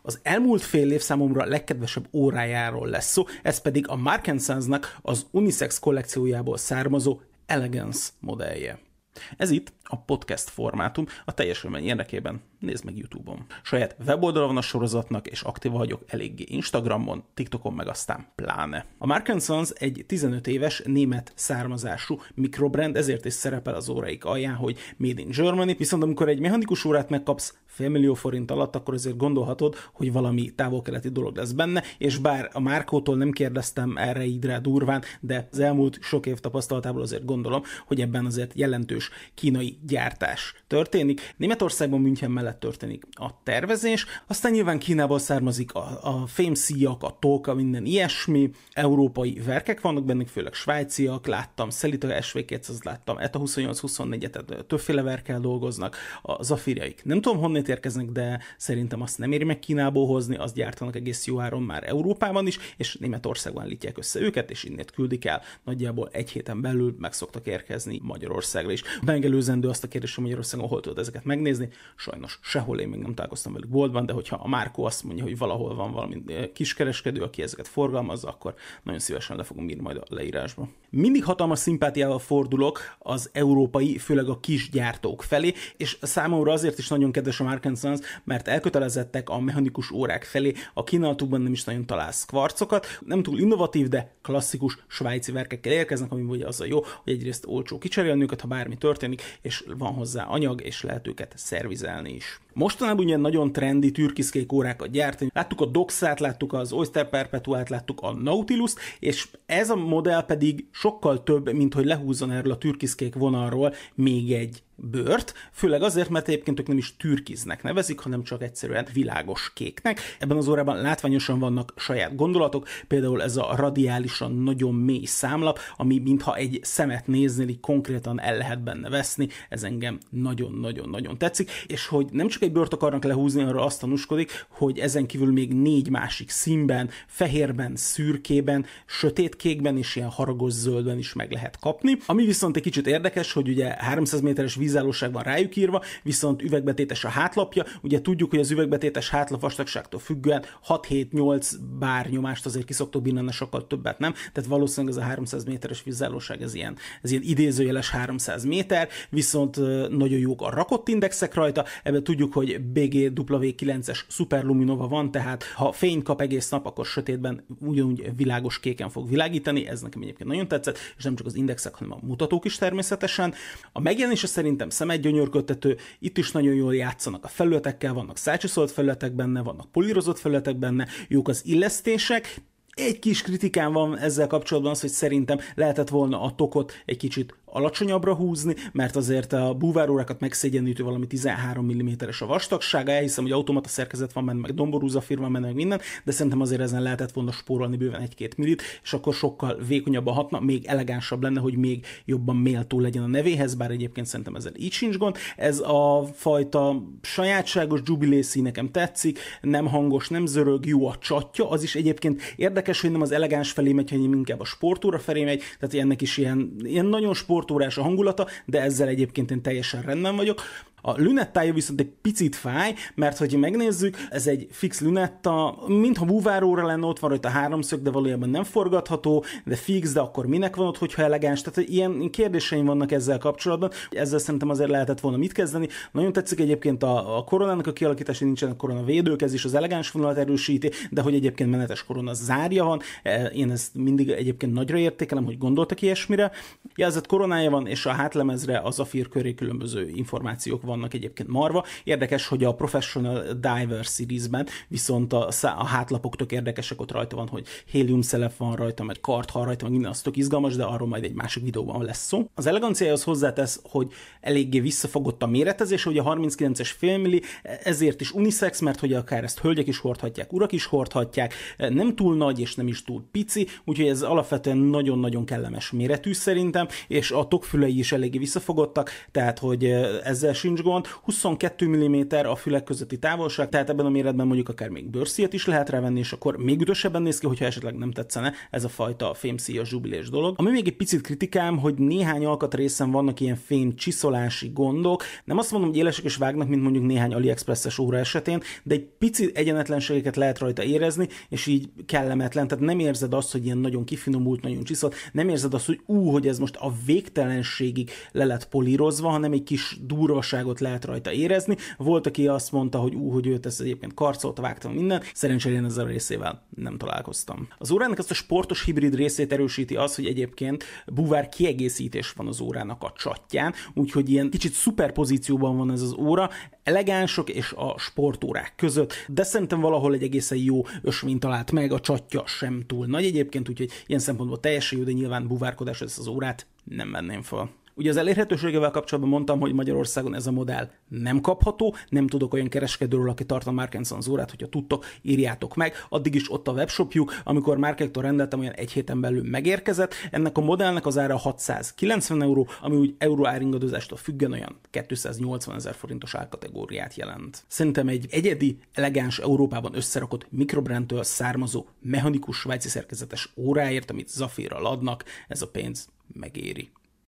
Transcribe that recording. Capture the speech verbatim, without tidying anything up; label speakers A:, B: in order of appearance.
A: Az elmúlt fél év számomra legkedvesebb órájáról lesz szó, ez pedig a Marks and Spencernek az unisex kollekciójából származó Elegance modellje. Ez itt a podcast formátum, a teljes élmény érdekében nézd meg YouTube-on. Saját weboldala van a sorozatnak, és aktív vagyok eléggé Instagramon, TikTokon meg aztán pláne. A Marks and Spencer egy tizenöt éves német származású mikrobrand, ezért is szerepel az óráik alján, hogy Made in Germany, viszont amikor egy mechanikus órát megkapsz félmillió forint alatt, akkor azért gondolhatod, hogy valami távol-keleti dolog lesz benne, és bár a Márkótól nem kérdeztem erre így rá durván, de az elmúlt sok év tapasztalatából azért gondolom, hogy ebben azért jelentős kínai gyártás történik. Németországban, München mellett történik a tervezés, aztán nyilván Kínából származik a, a fémszíjak, a tolka, minden ilyesmi, európai verkek vannak bennük, főleg svájciak, láttam Selita es vé kétszáz, láttam E T A huszonnyolc huszonnégy, tehát többféle verkkel dolgoznak, a zafírjaik nem tudom honnét érkeznek, de szerintem azt nem éri meg Kínából hozni, azt gyártanak egész jó áron már Európában is, és Németországban állítják össze őket, és innét küldik el, nagyjából egy héten belül meg szoktak érkezni Magyarországra is. Megelőzendő azt a kérdést, hogy Magyarországon hol tudod ezeket megnézni, sajnos sehol én még nem találkoztam velük boltban, de hogyha a Márkó azt mondja, hogy valahol van valami kiskereskedő, aki ezeket forgalmazza, akkor nagyon szívesen le fogom írni majd a leírásba. Mindig hatalmas szimpátiával fordulok az európai, főleg a kis gyártók felé, és számomra azért is nagyon kedves a Marks and Spencer, mert elkötelezettek a mechanikus órák felé, a kínálatukban nem is nagyon találsz kvarcokat, nem túl innovatív, de klasszikus svájci verkekkel érkeznek, ami ugye az a jó, hogy egyrészt olcsó kicserélni őket, ha bármi történik, és van hozzá anyag, és lehet őket szervizelni is. Mostanában ugye nagyon trendi türkiszkék órákat gyártani. Láttuk a Doxát, láttuk az Oyster Perpetuát, láttuk a Nautilust, és ez a modell pedig sokkal több, mint hogy lehúzzon erről a türkiszkék vonalról még egy bőrt, főleg azért, mert egyébként ők nem is türkiznek nevezik, hanem csak egyszerűen világos kéknek. Ebben az órában látványosan vannak saját gondolatok, például ez a radiálisan nagyon mély számlap, ami mintha egy szemet néznél, így konkrétan el lehet benne veszni, ez engem nagyon-nagyon-nagyon tetszik, és hogy nem csak egy bőrt akarnak lehúzni, arra azt tanúskodik, hogy ezen kívül még négy másik színben, fehérben, szürkében, sötétkékben és ilyen haragos zöldben is meg lehet kapni. Ami viszont egy kicsit érdekes, hogy ugye háromszáz méteres vízállóság van rájuk írva, viszont üvegbetétes a hátlapja. Ugye tudjuk, hogy az üvegbetétes hátlap vastagságtól függően hat-hét-nyolc bár nyomást azért ki szoktok bírni, sokkal többet nem. Tehát valószínűleg ez a háromszáz méteres vízállóság, ez ilyen, ez ilyen idézőjeles háromszáz méter, viszont nagyon jók a rakott indexek rajta. Ebben tudjuk, hogy B G W kilences Superluminova van, tehát ha fényt kap egész nap, akkor sötétben ugyanúgy világos kéken fog világítani. Ez nekem egyébként nagyon tetszett, és nem csak az indexek, hanem a mutatók is természetesen. A megjelenése szerintem szemedgyönyörködtető, itt is nagyon jól játszanak a felületekkel, vannak szácsiszolt felületek benne, vannak polírozott felületek benne, jók az illesztések. Egy kis kritikám van ezzel kapcsolatban az, hogy szerintem lehetett volna a tokot egy kicsit alacsonyabbra húzni, mert azért a búvárórákat megszégyenítő valami tizenhárom milliméteres a vastagsága, elhiszem, hogy automata szerkezet van benne, meg domború zafír van benne, meg minden, de szerintem azért ezen lehetett volna spórolni bőven egy-két millit, és akkor sokkal vékonyabban hatna, még elegánsabb lenne, hogy még jobban méltó legyen a nevéhez, bár egyébként szerintem ezzel így sincs gond. Ez a fajta sajátságos jubilé szín nekem tetszik, nem hangos, nem zörög, jó a csatja, az is egyébként érdekes, hogy nem az elegáns felé megy, hanem inkább a sportóra felé megy, tehát ennek is ilyen, ilyen nagyon sportórás a hangulata, de ezzel egyébként én teljesen rendben vagyok. A lünettája viszont egy picit fáj, mert hogyha megnézzük, ez egy fix lünetta, mintha búváróra lenne, ott van rajta háromszög, de valójában nem forgatható, de fix, de akkor minek van ott, hogyha elegáns? Tehát ilyen kérdéseim vannak ezzel kapcsolatban. Ezzel szerintem azért lehetett volna mit kezdeni. Nagyon tetszik egyébként a, a koronának a kialakítása, nincsenek koronavédők, ez is az elegáns vonalat erősíti, de hogy egyébként menetes korona zárja van. Én ezt mindig egyébként nagyra értékelem, hogy gondoltak ilyesmire. Jelzett koronája van, és a hátlemezre a zafír köré különböző információk van. Vannak egyébként marva. Érdekes, hogy a Professional Diver Series-ben viszont a, a hátlapok tök érdekesek, ott rajta van, hogy hélium szelep van rajta, meg karthal rajta, meg minden, az tök izgalmas, de arról majd egy másik videóban lesz szó. Az eleganciához hozzátesz, hogy eléggé visszafogott a méretezés, hogy a harminckilences fél milli, ezért is unisex, mert hogy akár ezt hölgyek is hordhatják, urak is hordhatják, nem túl nagy és nem is túl pici, úgyhogy ez alapvetően nagyon-nagyon kellemes méretű szerintem, és a tokfülei is eléggé visszafogottak, tehát hogy ezzel sincs gond, huszonkettő milliméter a fülek közötti távolság, tehát ebben a méretben mondjuk akár még bőrszíjat is lehet rávenni, és akkor még üdösebben néz ki, hogyha esetleg nem tetszene ez a fajta fémszíjas zsubilés dolog. Ami még egy picit kritikám, hogy néhány alkatrészen vannak ilyen fém csiszolási gondok. Nem azt mondom, hogy élesek és vágnak, mint mondjuk néhány AliExpress-es óra esetén, de egy picit egyenetlenségeket lehet rajta érezni, és így kellemetlen. Tehát nem érzed azt, hogy ilyen nagyon kifinomult, nagyon csiszolt, nem érzed azt, hogy ú, hogy ez most a végtelenségig le lett polírozva, hanem egy kis durvaságot lehet rajta érezni. Volt, aki azt mondta, hogy ú, hogy őt ezt egyébként karcolta, vágtam minden. Szerencsére én ezzel a részével nem találkoztam. Az órának ezt a sportos hibrid részét erősíti az, hogy egyébként buvár kiegészítés van az órának a csatján, úgyhogy ilyen kicsit szuperpozícióban van ez az óra, elegánsok és a sportórák között, de szerintem valahol egy egészen jó ösvényt talált meg, a csatja sem túl nagy egyébként, úgyhogy ilyen szempontból teljesen jó, de nyilván buvárkodás ezt az órát nem venném fel. Ugye az elérhetőségével kapcsolatban mondtam, hogy Magyarországon ez a modell nem kapható, nem tudok olyan kereskedőről, aki tart a Mark and Sons órát, hogyha tudtok, írjátok meg. Addig is ott a webshopjuk, amikor Markektól rendeltem, olyan egy héten belül megérkezett. Ennek a modellnek az ára hatszázkilencven euró, ami úgy euró áringadozástól függen olyan kétszáznyolcvan ezer forintos árkategóriát jelent. Szerintem egy egyedi, elegáns, Európában összerakott mikrobrandtől származó mechanikus svájci szerkezetes óráért, amit Zafirral adnak, ez a pénz megéri.